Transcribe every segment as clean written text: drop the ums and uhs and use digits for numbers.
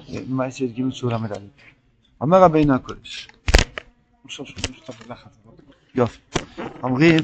מה שיש גימל שהוא למד עליו. אומר רבינו הקודש. יופי. אומרים,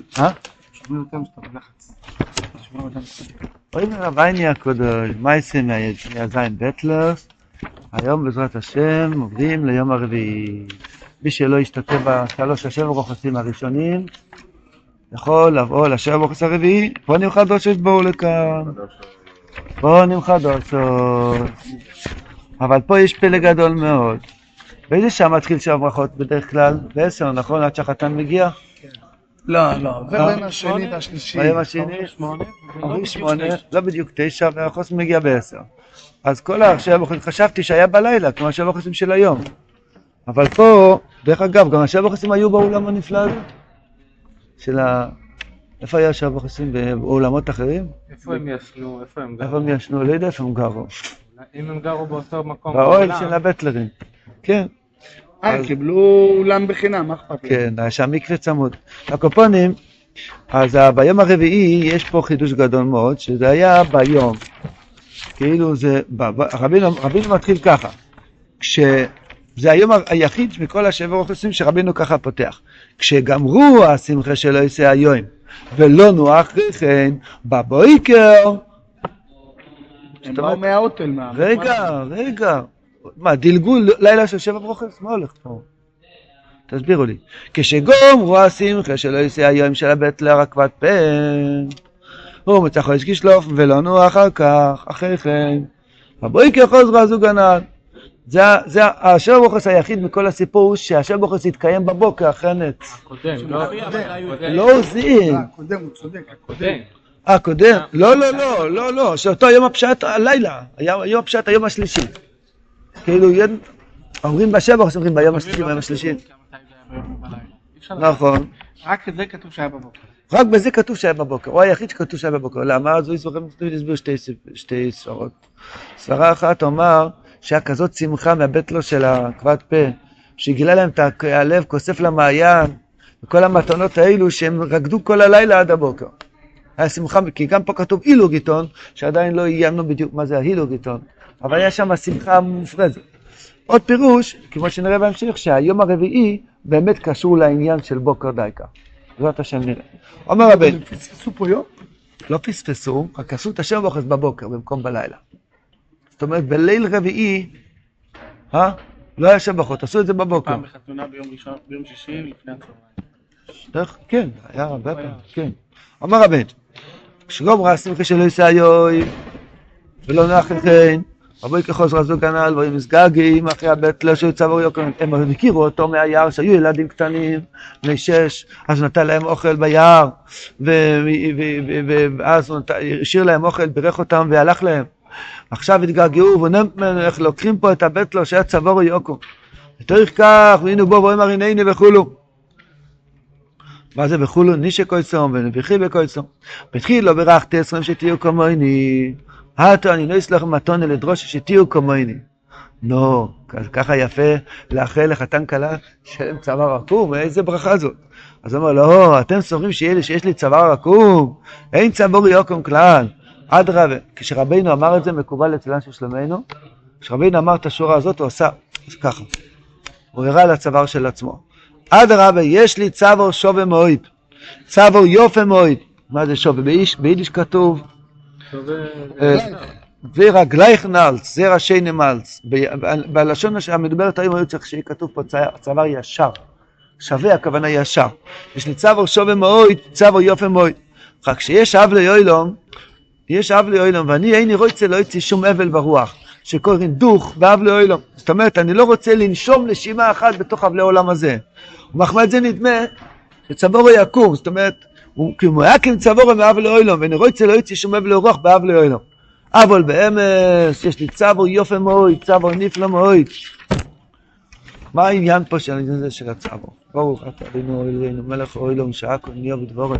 אומרים רבינו הקודש, מה יעשה מהזין בטלוס? היום בעזרת השם עובדים ליום הרביעי. מי שלא ישתתף בשלוש השבע רוחסים הראשונים, יכול לבוא לשבע רוחס הרביעי, פונים חדושות בואו לכאן. פונים חדושות. אבל פה יש פלא גדול מאוד. באיזה שעה מתחיל שבע ברכות בדרך כלל? ב10, נכון? עד שהחתן מגיע? לא, ביום השני והשלישי. ביום השני? אומרים 8, לא בדיוק 9, והחוס מגיע ב10. אז כל השבע ברכות, חשבתי שהיה בלילה, כמו השבע ברכות של היום. אבל פה, דרך אגב, גם השבע ברכות היו באולם הנפלא הזה? איפה היה השבע ברכות? באולמות אחרים? איפה הם ישנו? איפה הם ישנו? לא יודע איפה הם גרו. אם הם גרו באותו מקום. באוהל של הבטלרים. כן. קיבלו אולם בחינם, מה אכפת לי? כן, היה שם מקווה צמוד. הקופונים, אז ביום הרביעי יש פה חידוש גדול מאוד, שזה היה ביום. כאילו זה, רבינו מתחיל ככה. זה היום היחיד מכל השבע רוחסים שרבינו ככה פותח. כשגמרו השמחה שלו יעשה היום, ולא נוח אחרי כן, בבוקר. הם באו מהאוטל. רגע. מה, דילגו לילה של שבע ברוכס? מה הולך פה? תסבירו לי. כשגומרו השמחה שלו יעשה היום של הבטלר עקבת פן, הוא מצא חודש כשלוף ולא נוח אחר כך, אחרי כן. בבוקר חוזרה זוג הנ"ל. זה השבע ברוכס היחיד מכל הסיפור שהשבע ברוכס יתקיים בבוקר אחרי נץ. לא זיין. הקודם, הוא צודק. הקודם? לא, שאותו יום הפשט הלילה, יום הפשט היום השלישי. כאילו, אומרים בשבע ברוכס, אומרים ביום השלישי, ביום השלישי. נכון. רק בזה כתוב שהיה בבוקר. רק בזה כתוב שהיה בבוקר, הוא היחיד שכתוב שהיה בבוקר. למה? אז הוא יסביר שתי סברות. סברה אחת אומר שהיה כזאת שמחה מהבטלו של הכבד פה, שגילה להם את הלב, כוסף למעיין, וכל המתנות האלו שהם רקדו כל הלילה עד הבוקר. היה שמחה, כי גם פה כתוב אילוגיטון, שעדיין לא איימנו בדיוק מה זה האילוגיטון, אבל היה שם שמחה מופרזת. עוד פירוש, כמו שנראה בהמשך, שהיום הרביעי באמת קשור לעניין של בוקר דייקה. זאת השם נראה. אומר הבן, פספסו פה יום? לא פספסו, רק עשו את השבע ברוכס בבוקר במקום בלילה. זאת אומרת, בליל רביעי, לא היה שבע ברכות, עשו את זה בבוקר. פעם בחתונה ביום שישי לפני הצהריים. כן, היה הרבה פעם, כן. אומר הבן, כשגומרו השמחה שלו יעשה היום, ולא נוח לכן, בבוקר חוזרה זוג הנ"ל, והם מסגגים אחרי הבטלר שהוא צבור יוקר. הם הכירו אותו מהיער, שהיו ילדים קטנים, בני 6, אז הוא נתן להם אוכל ביער, ואז הוא השאיר להם אוכל, בירך אותם והלך להם. עכשיו התגעגעו, ואיך לוקחים פה את הבטלר שהיה צבור יוקר. ותוריך כך, והנה בו ואומר הנני וכולו. מה זה וכולו? נישה קויצום ונביחי בקויצום. בתחיל לא ברכתי 20 שתהיו כמוני. אני לא אסלח מתונה לדרוש שתהיו כמוני. נו, ככה יפה לאחל לחתן כלה שאין צוואר עקום, איזה ברכה זאת. אז הוא אומר, לא, אתם סוברים שיש לי צוואר עקום, אין צוואר יוקם כלל. אדרבה, כשרבינו אמר את זה מקובל אצלנו של שלומנו, כשרבינו אמר את השורה הזאת הוא עשה ככה, הוא הראה לצוואר של עצמו. אדרבה, יש לי צוואר שווה מאוד, צוואר יופי מאוד. מה זה שווה? ביידיש כתוב ורגלייך נלץ, זה ראשי נמלץ. בלשון המדוברת היום הוא צריך שיהיה כתוב פה צוואר ישר, שווה הכוונה ישר. יש לי צוואר שווה מאוד, צוואר יופי מאוד. רק כשיש אב ליילום, יש אב ליילום, ואני איני רוצה לא יצא שום אבל ברוח, שקוראים דוך ואב ליילום. זאת אומרת, אני לא רוצה לנשום נשימה אחת בתוך אב לעולם הזה. ומחמד זה נדמה שצווארו יקום, זאת אומרת, כי הוא היה כמצבורו מאב לאוילום, ואני רוצה לא יצא שום אב לרוח באב לאוילום. אבל באמס, יש לי צבור יופי מאוד, צבור נפלא מאוד. מה העניין פה של העניין הזה של הצבור? ברוך אתה אבינו אלוהינו מלך האוילום שהכל נהיה בדבורם.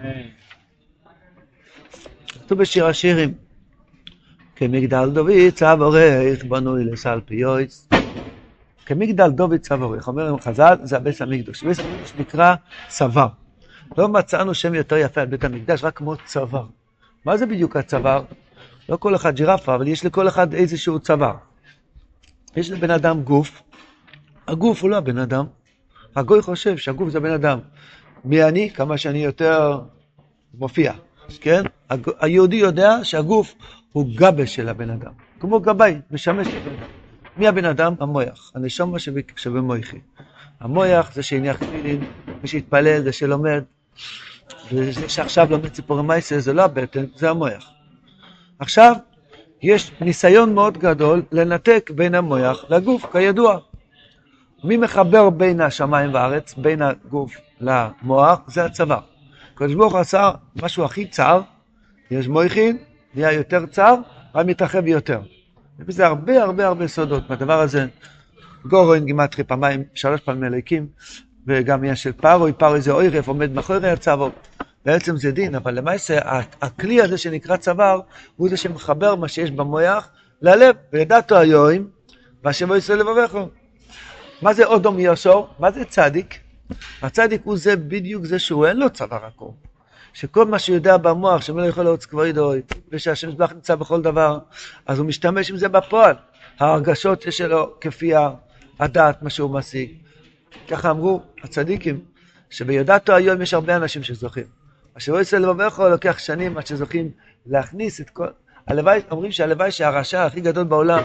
כתוב בשיר השירים, כמגדל דוד צבורך בנוי לסלפיוס. כמגדל דוד צבורך, אומר חז"ל, זה הבית המקדוש. בית המקדוש נקרא צוואר. לא מצאנו שם יותר יפה על בית המקדש, רק כמו צוואר. מה זה בדיוק הצוואר? לא כל אחד ג'ירפה, אבל יש לכל אחד איזשהו צוואר. יש לבן אדם גוף, הגוף הוא לא הבן אדם. הגוי חושב שהגוף זה בן אדם. מי אני? כמה שאני יותר מופיע. כן? היהודי יודע שהגוף הוא גבש של הבן אדם. כמו גבאי, משמש לבן אדם. מי הבן אדם? המויח. הנשמה שבמויחי. המויח זה שהניח תפילין, מי שהתפלל, זה שלומד. וזה שעכשיו לומד ציפורי מייסה, זה לא הבטן, זה המויח. עכשיו, יש ניסיון מאוד גדול לנתק בין המויח לגוף, כידוע. מי מחבר בין השמיים והארץ, בין הגוף למוח, זה הצוואר. הקדוש ברוך הוא עשה משהו הכי צר, יש מויחין, נהיה יותר צר, אבל מתרחב יותר. וזה הרבה סודות. מהדבר הזה, גורן גימטרי פעמיים, 3 פעמים מלאקים, וגם יש של פרוי זה אוירף, עומד מאחורי הצוואר. בעצם זה דין, אבל למעשה הכלי הזה שנקרא צוואר, הוא זה שמחבר מה שיש במוח ללב, וידעתו היום, והשם ישראל לבבך. מה זה אודום ישור? מה זה צדיק? הצדיק הוא זה בדיוק זה שהוא אין לו צוואר עקום. שכל מה שהוא יודע במוח, שמלא יכול להיות כבודוי, ושהשם יתברך נמצא בכל דבר, אז הוא משתמש עם זה בפועל. ההרגשות שלו כפי הדעת, מה שהוא משיג. ככה אמרו הצדיקים, שבידעתו היום יש הרבה אנשים שזוכים. השם ישראל לבבך לוקח שנים עד שזוכים להכניס את כל... הלוואי, אומרים שהלוואי שהרשע הכי גדול בעולם,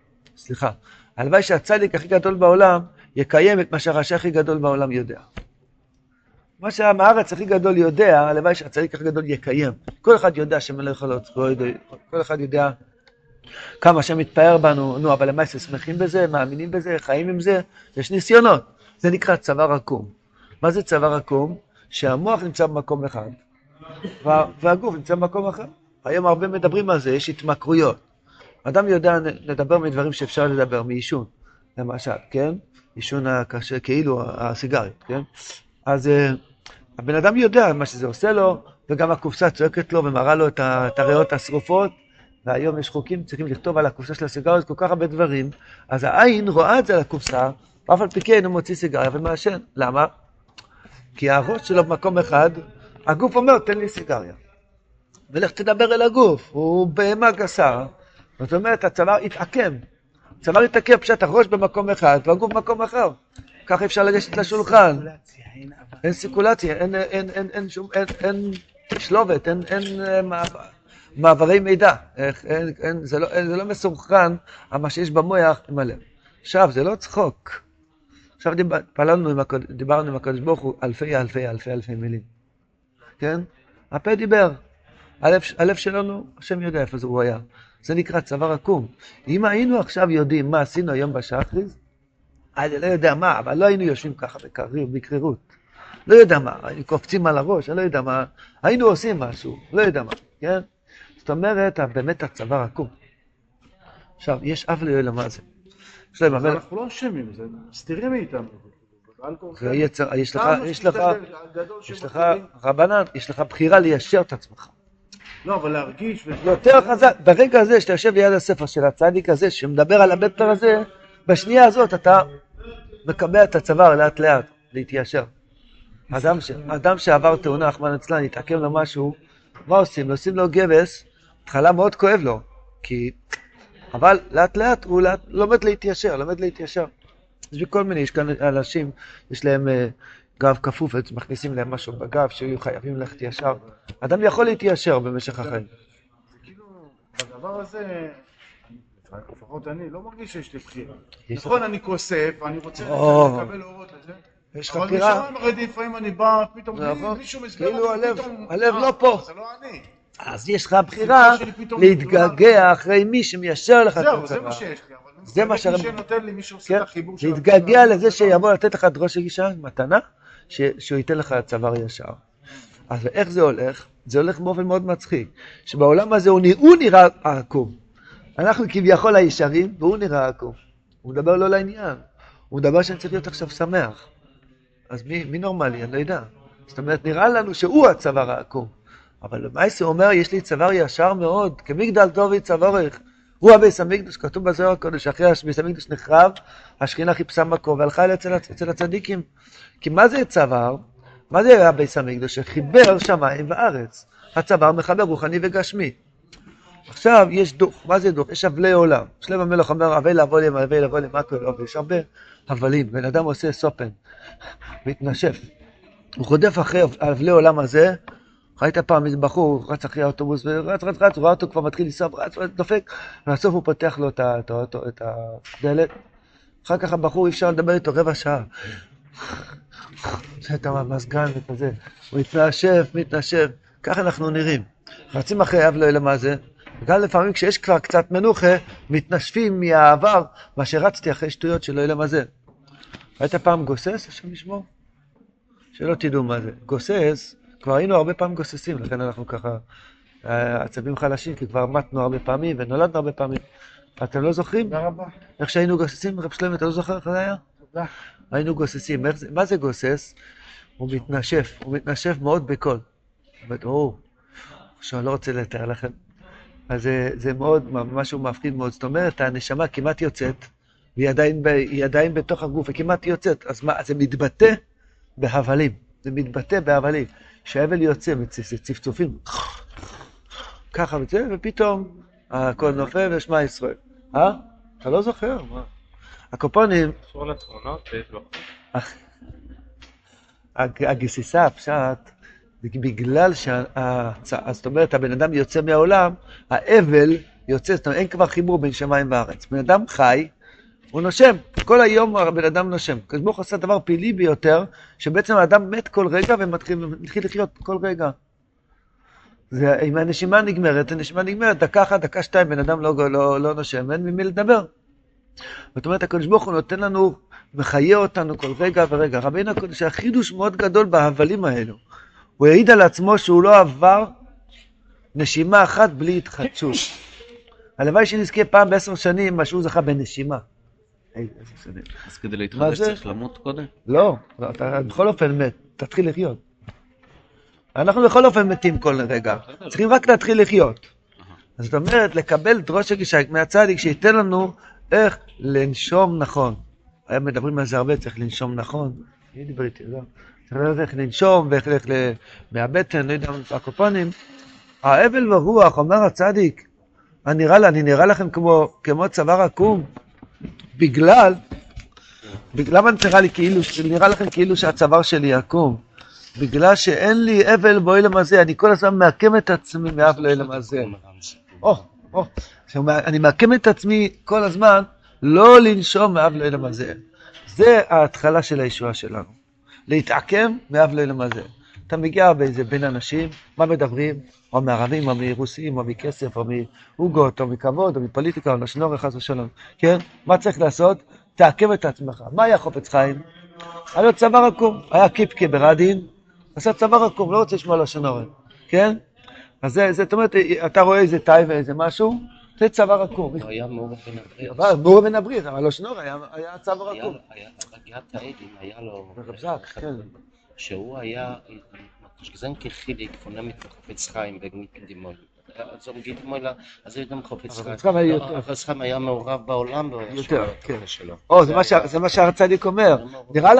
הלוואי שהצדיק הכי גדול בעולם יקיים את מה שהרשע הכי גדול בעולם יודע. מה שהמארץ הכי גדול יודע, הלוואי שהצדיק הכי גדול יקיים. כל אחד יודע שמלא יכול להיות, כל אחד יודע כמה שמתפאר בנו, נו, אבל למעשה שמחים בזה, מאמינים בזה, חיים עם זה, יש ניסיונות. זה נקרא צוואר עקום. מה זה צוואר עקום? שהמוח נמצא במקום אחד, והגוף נמצא במקום אחר. היום הרבה מדברים על זה, יש התמכרויות. אדם יודע לדבר מדברים שאפשר לדבר, מעישון, למשל, כן? עישון הקשה, כאילו הסיגריות, כן? אז הבן אדם יודע מה שזה עושה לו, וגם הקופסה צועקת לו ומראה לו את הריאות השרופות, והיום יש חוקים, צריכים לכתוב על הקופסה של הסיגריות כל כך הרבה דברים, אז העין רואה את זה על הקופסה, ואף על פי כן הוא מוציא סיגריה ומעשן. למה? כי הראש שלו במקום אחד, הגוף אומר, תן לי סיגריה. ולך תדבר אל הגוף, הוא בהמה גסה. זאת אומרת, הצוואר התעקם. הצוואר התעקם, פשוט הראש במקום אחד, והגוף במקום אחר. ככה אפשר לגשת לשולחן. אין סירקולציה, אין שום, אין שלובת, אין מעברי מידע. זה לא מסונכרן, מה שיש במוח עם הלב. עכשיו, זה לא צחוק. עכשיו דיברנו עם הקדוש ברוך הוא אלפי מילים. כן? הפה דיבר. הלב שלנו, השם יודע איפה זה הוא היה. זה נקרא צוואר עקום. אם היינו עכשיו יודעים מה עשינו היום בשחריז, אני לא יודע מה, אבל לא היינו יושבים ככה בקרירות. לא יודע מה, היינו קופצים על הראש, אני לא יודע מה. היינו עושים משהו, לא יודע מה. כן? זאת אומרת, באמת הצוואר עקום. עכשיו, יש אב ליואל מה זה. אנחנו לא אשמים, זה מסתירים מאיתנו. יש לך רבנן, יש לך בחירה ליישר את עצמך. לא, אבל להרגיש... יותר חזק, ברגע הזה שאתה יושב ליד הספר של הצדיק הזה, שמדבר על הבטר הזה, בשנייה הזאת אתה מקבע את הצוואר לאט לאט, להתיישר. אדם שעבר תאונה, אחמן אצלן, התעכב לו משהו, מה עושים? עושים לו גבס, התחלה מאוד כואב לו, אבל לאט לאט הוא לומד להתיישר. יש בכל מיני, יש כאן אנשים, יש להם גב כפוף, מכניסים להם משהו בגב, שיהיו חייבים ללכת ישר. אדם יכול להתיישר במשך החיים. כאילו, בדבר הזה, לפחות אני לא מרגיש שיש לי בחירה. נכון, אני כוסף, אני רוצה לקבל אורות לזה. יש לך בחירה. אבל משם לפעמים אני בא, פתאום מישהו מסגר, כאילו הלב לא פה. זה לא אני. אז יש לך בחירה להתגעגע אחרי מי שמיישר לך את הצבא. זהו, זה מה שיש לי. זה מה מי שנותן לי, מי שעושה את החיבור של... להתגעגע לזה שיבוא לתת לך דרוש ישר מתנה, שהוא ייתן לך צוואר ישר. אז איך זה הולך? זה הולך באופן מאוד מצחיק. שבעולם הזה הוא נראה עקום. אנחנו כביכול הישרים, והוא נראה עקום. הוא מדבר לא לעניין. הוא מדבר שאני צריך להיות עכשיו שמח. אז מי נורמלי? אני לא יודע. זאת אומרת, נראה לנו שהוא הצוואר העקום. אבל למעשה הוא אומר, יש לי צוואר ישר מאוד, כמגדל דוד צווארך. הוא הביס המקדוש, כתוב בזוהר הקודש, אחרי הביס המקדוש נחרב, השכינה חיפשה מקום, והלכה אצל הצדיקים. כי מה זה צוואר? מה זה הביס המקדוש? שחיבר שמיים וארץ. הצוואר מחבר רוחני וגשמי. עכשיו יש דוח, מה זה דוח? יש אבלי עולם. שלמה המלך אומר, אבל לבוא לי, אבל לבוא לי, מה קורה? יש הרבה הבלים. בן אדם עושה סופן, מתנשף. הוא חודף אחרי אבלי עולם הזה, ראית פעם איזה בחור, רץ אחרי האוטובוס, ורץ, הוא ראה אותו כבר מתחיל לנסוע, רץ, דופק, ובסוף הוא פותח לו את הדלת. אחר כך הבחור אי אפשר לדבר איתו רבע שעה. זה את המסגן וכזה. הוא מתנשף, ככה אנחנו נראים. רצים אחרי אבלי עולם הזה, וגם לפעמים כשיש כבר קצת מנוחה, מתנשפים מהעבר, מה שרצתי אחרי שטויות של העולם הזה. ראית פעם גוסס? השם ישמור? שלא תדעו מה זה. גוסס, כבר היינו הרבה פעמים גוססים, לכן אנחנו ככה עצבים חלשים, כי כבר מתנו הרבה פעמים ונולדנו הרבה פעמים. אתם לא זוכרים? תודה רבה. איך שהיינו גוססים, רב שלמה, אתה לא זוכר איך זה היה? תודה. היינו גוססים. מה זה גוסס? הוא מתנשף מאוד בקול. עכשיו אני לא רוצה לתאר לכם. אז זה מאוד, משהו מפחיד מאוד. זאת אומרת, הנשמה כמעט יוצאת, והיא עדיין בתוך הגוף, וכמעט יוצאת. אז מה, זה מתבטא בהבלים. זה מתבטא בהבלים. שהאבל יוצא, זה צפצופים. ככה וזה, ופתאום הכל נופל ושמע ישראל. אתה לא זוכר? מה? הקופונים... אסור לתמונות ויש לו. הגסיסה, הפשט, בגלל זאת אומרת, הבן אדם יוצא מהעולם, האבל יוצא, זאת אומרת, אין כבר חיבור בין שמיים וארץ. בן אדם חי, הוא נושם, כל היום הבן אדם נושם. הקדוש ברוך הוא עשה דבר פעילי ביותר, שבעצם האדם מת כל רגע ומתחיל לחיות כל רגע. אם הנשימה נגמרת, דקה אחת, דקה שתיים, בן אדם לא נושם, אין ממי לדבר. זאת אומרת, הקדוש ברוך הוא נותן לנו, מחיה אותנו כל רגע ורגע. רבינו הקדוש, החידוש מאוד גדול בהבלים האלו. הוא העיד על עצמו שהוא לא עבר נשימה אחת בלי התחדשות. הלוואי שנזכה פעם ב10 שנים, מה שהוא זכה בנשימה. אז כדי להתחדש צריך למות קודם? לא, אתה בכל אופן מת, תתחיל לחיות. אנחנו בכל אופן מתים כל רגע, צריכים רק להתחיל לחיות. אז זאת אומרת, לקבל דרוש הגישה מהצדיק שייתן לנו איך לנשום נכון. היום מדברים על זה הרבה, צריך לנשום נכון. אני דיבר איתי, לא? צריך לדעת איך לנשום ואיך מהבטן, לא יודע, הקופונים. האבל ורוח, אומר הצדיק, אני נראה לכם כמו צוואר עקום, בגלל, למה נראה לכם כאילו שהצוואר שלי עקום? בגלל שאין לי אבל בעולם הזה, אני כל הזמן מעקם את עצמי מאב לעולם הזה. אני מעקם את עצמי כל הזמן, לא לנשום מאב לעולם הזה. זה ההתחלה של הישועה שלנו. להתעקם מאב לעולם הזה. אתה מגיע באיזה בין אנשים, מה מדברים? או מערבים, או מרוסים, או מכסף, או מהוגות, או מכבוד, או מפוליטיקה, או נשנור אחד ושלום. כן? מה צריך לעשות? תעקם את עצמך. מה היה חופץ חיים? היה לו צוואר עקום. היה קיפקה ברדין, עשה צוואר עקום, לא רוצה לשמוע לשון הרע. כן? אז זאת אומרת, אתה רואה איזה תאי ואיזה משהו, זה צוואר עקום. הוא היה מעורב בין הברית. מעורב בין הברית, אבל לשון הרע היה צוואר עקום. היה העדים, היה לו... רבזק, כן. שהוא היה... שגזן כחיליק, פונמית מחופץ חיים דימוי. אז הוא דימוי לה, אז זה גם חופץ חיים. חופץ חיים היה מעורב בעולם. יותר, כן. זה מה שהצדיק אומר. נראה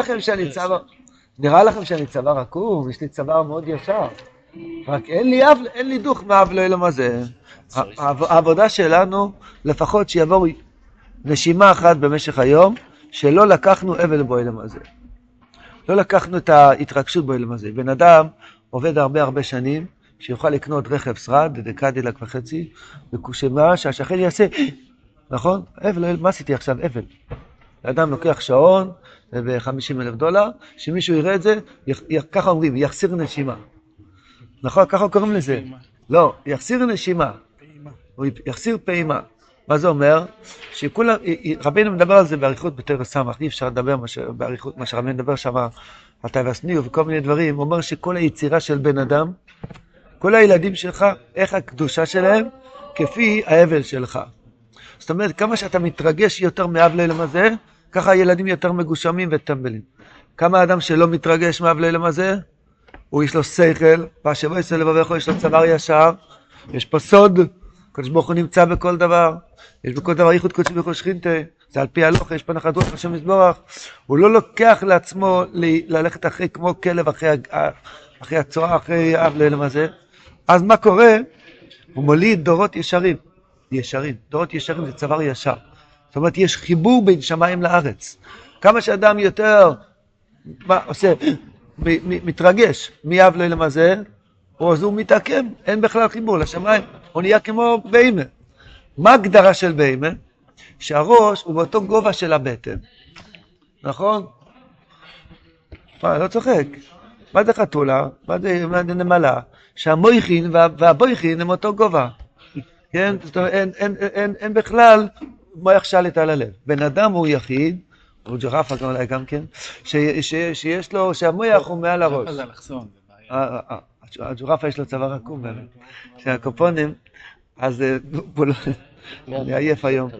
לכם שאני צוואר עקום, יש לי צוואר מאוד ישר. רק אין לי דוך מאב לעולם הזה. העבודה שלנו, לפחות שיעבור נשימה אחת במשך היום, שלא לקחנו אבל בעולם הזה. לא לקחנו את ההתרגשות בעולם הזה. בן אדם עובד הרבה שנים, שיוכל לקנות רכב שרד, קדילק וחצי, וקושמה שהשכן יעשה, נכון? אבל, מה עשיתי עכשיו? אבל. האדם לוקח שעון ב$50,000, שמישהו יראה את זה, ככה אומרים, יחסיר נשימה. נכון? ככה קוראים לזה. לא, יחסיר נשימה. הוא יחסיר פעימה. מה זה אומר? שכולם, רבינו מדבר על זה בעריכות בתורה סמך, אי אפשר לדבר בעריכות, מה שרבינו מדבר שם, אתה והסניו וכל מיני דברים, הוא אומר שכל היצירה של בן אדם, כל הילדים שלך, איך הקדושה שלהם, כפי האבל שלך. זאת אומרת, כמה שאתה מתרגש יותר מאב לעולם הזה, ככה הילדים יותר מגושמים וטמבלים. כמה האדם שלא מתרגש מאב לעולם הזה, הוא יש לו שכל, והשבוע יש לו לבבך, יש לו צוואר ישר, יש פה סוד, הקדוש ברוך הוא נמצא בכל דבר, יש בכל דבר ייחוד קודשי בכל שכינתה, זה על פי הלוך, יש פה נחת רוח השם יתברך, הוא לא לוקח לעצמו ללכת אחרי כמו כלב, אחרי הצורה, אחרי אב לעולם הזה. אז מה קורה? הוא מוליד דורות ישרים. דורות ישרים זה צוואר ישר. זאת אומרת, יש חיבור בין שמיים לארץ. כמה שאדם יותר עושה, מתרגש, מי אב לו למה זה, אז הוא מתעקם, אין בכלל חיבור לשמיים. הוא נהיה כמו בהמה. מה הגדרה של בהמה? שהראש הוא באותו גובה של הבטן. נכון? מה, לא צוחק. מה זה חתולה? מה זה נמלה? שהמויכין והבויכין הם אותו גובה. כן? זאת אומרת, אין בכלל מויך שלט על הלב. בן אדם הוא יחיד, הוא ג'רפה גם כן, שיש לו, שהמויך הוא מעל הראש. זה אלכסון, זה בעיה. הג'רפה יש לו צוואר עקום באמת. שהקופונים, אז הוא לא... אני עייף היום.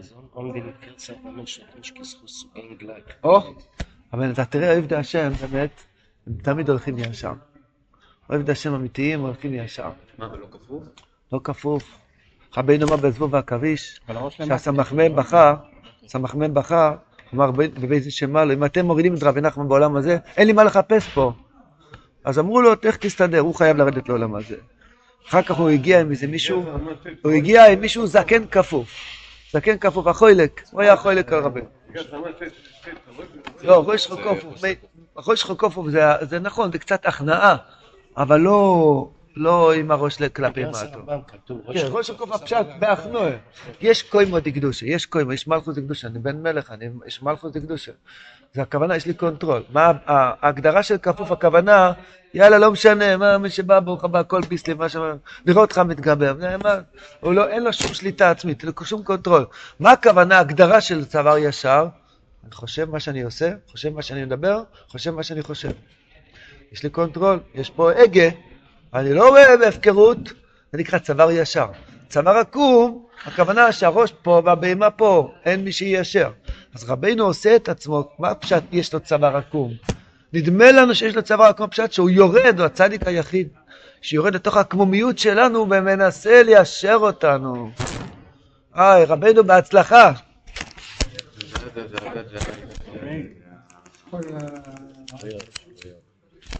אבל אתה תראה, אוהב דה השם, באמת, הם תמיד הולכים ישר. אוהב דה השם אמיתיים, הולכים ישר. מה, לא כפוף? לא כפוף. רבינו אמר בזבוב והכביש, שהסמ"ם בכה, אמר בבית שמה לו, אם אתם מורידים את רבי נחמן בעולם הזה, אין לי מה לחפש פה. אז אמרו לו, איך תסתדר, הוא חייב לרדת לעולם הזה. אחר כך הוא הגיע עם איזה מישהו, זקן כפוף, החוילק, הוא היה החוילק על רבי. לא, ראש חוקופוב זה נכון, זה קצת הכנעה, אבל לא עם הראש כלפי מטו. ראש חוקופוב הפשט בהכנועה. יש קוימו דקדושה, יש מלכות דקדושה, אני בן מלך, יש מלכות דקדושה. זה הכוונה, יש לי קונטרול. מה ההגדרה של כפוף, הכוונה, יאללה, לא משנה, מי שבא ברוך הבא, כל ביסלי, מה שאומר, נראה אותך מתגבר. אין לו שום שליטה עצמית, אין לו שום קונטרול. מה הכוונה, ההגדרה של צוואר ישר? אני חושב מה שאני עושה, חושב מה שאני מדבר, חושב מה שאני חושב. יש לי קונטרול, יש פה הגה, אני לא רואה בהפקרות, זה נקרא צוואר ישר. צוואר עקום, הכוונה שהראש פה והבהמה פה, אין מי שיישר. אז רבינו עושה את עצמו, מה פשט יש לו צוואר עקום? נדמה לנו שיש לו צוואר עקום פשט שהוא יורד, הוא הצדיק היחיד, שיורד לתוך הקמומיות שלנו ומנסה ליישר אותנו. רבינו בהצלחה. כל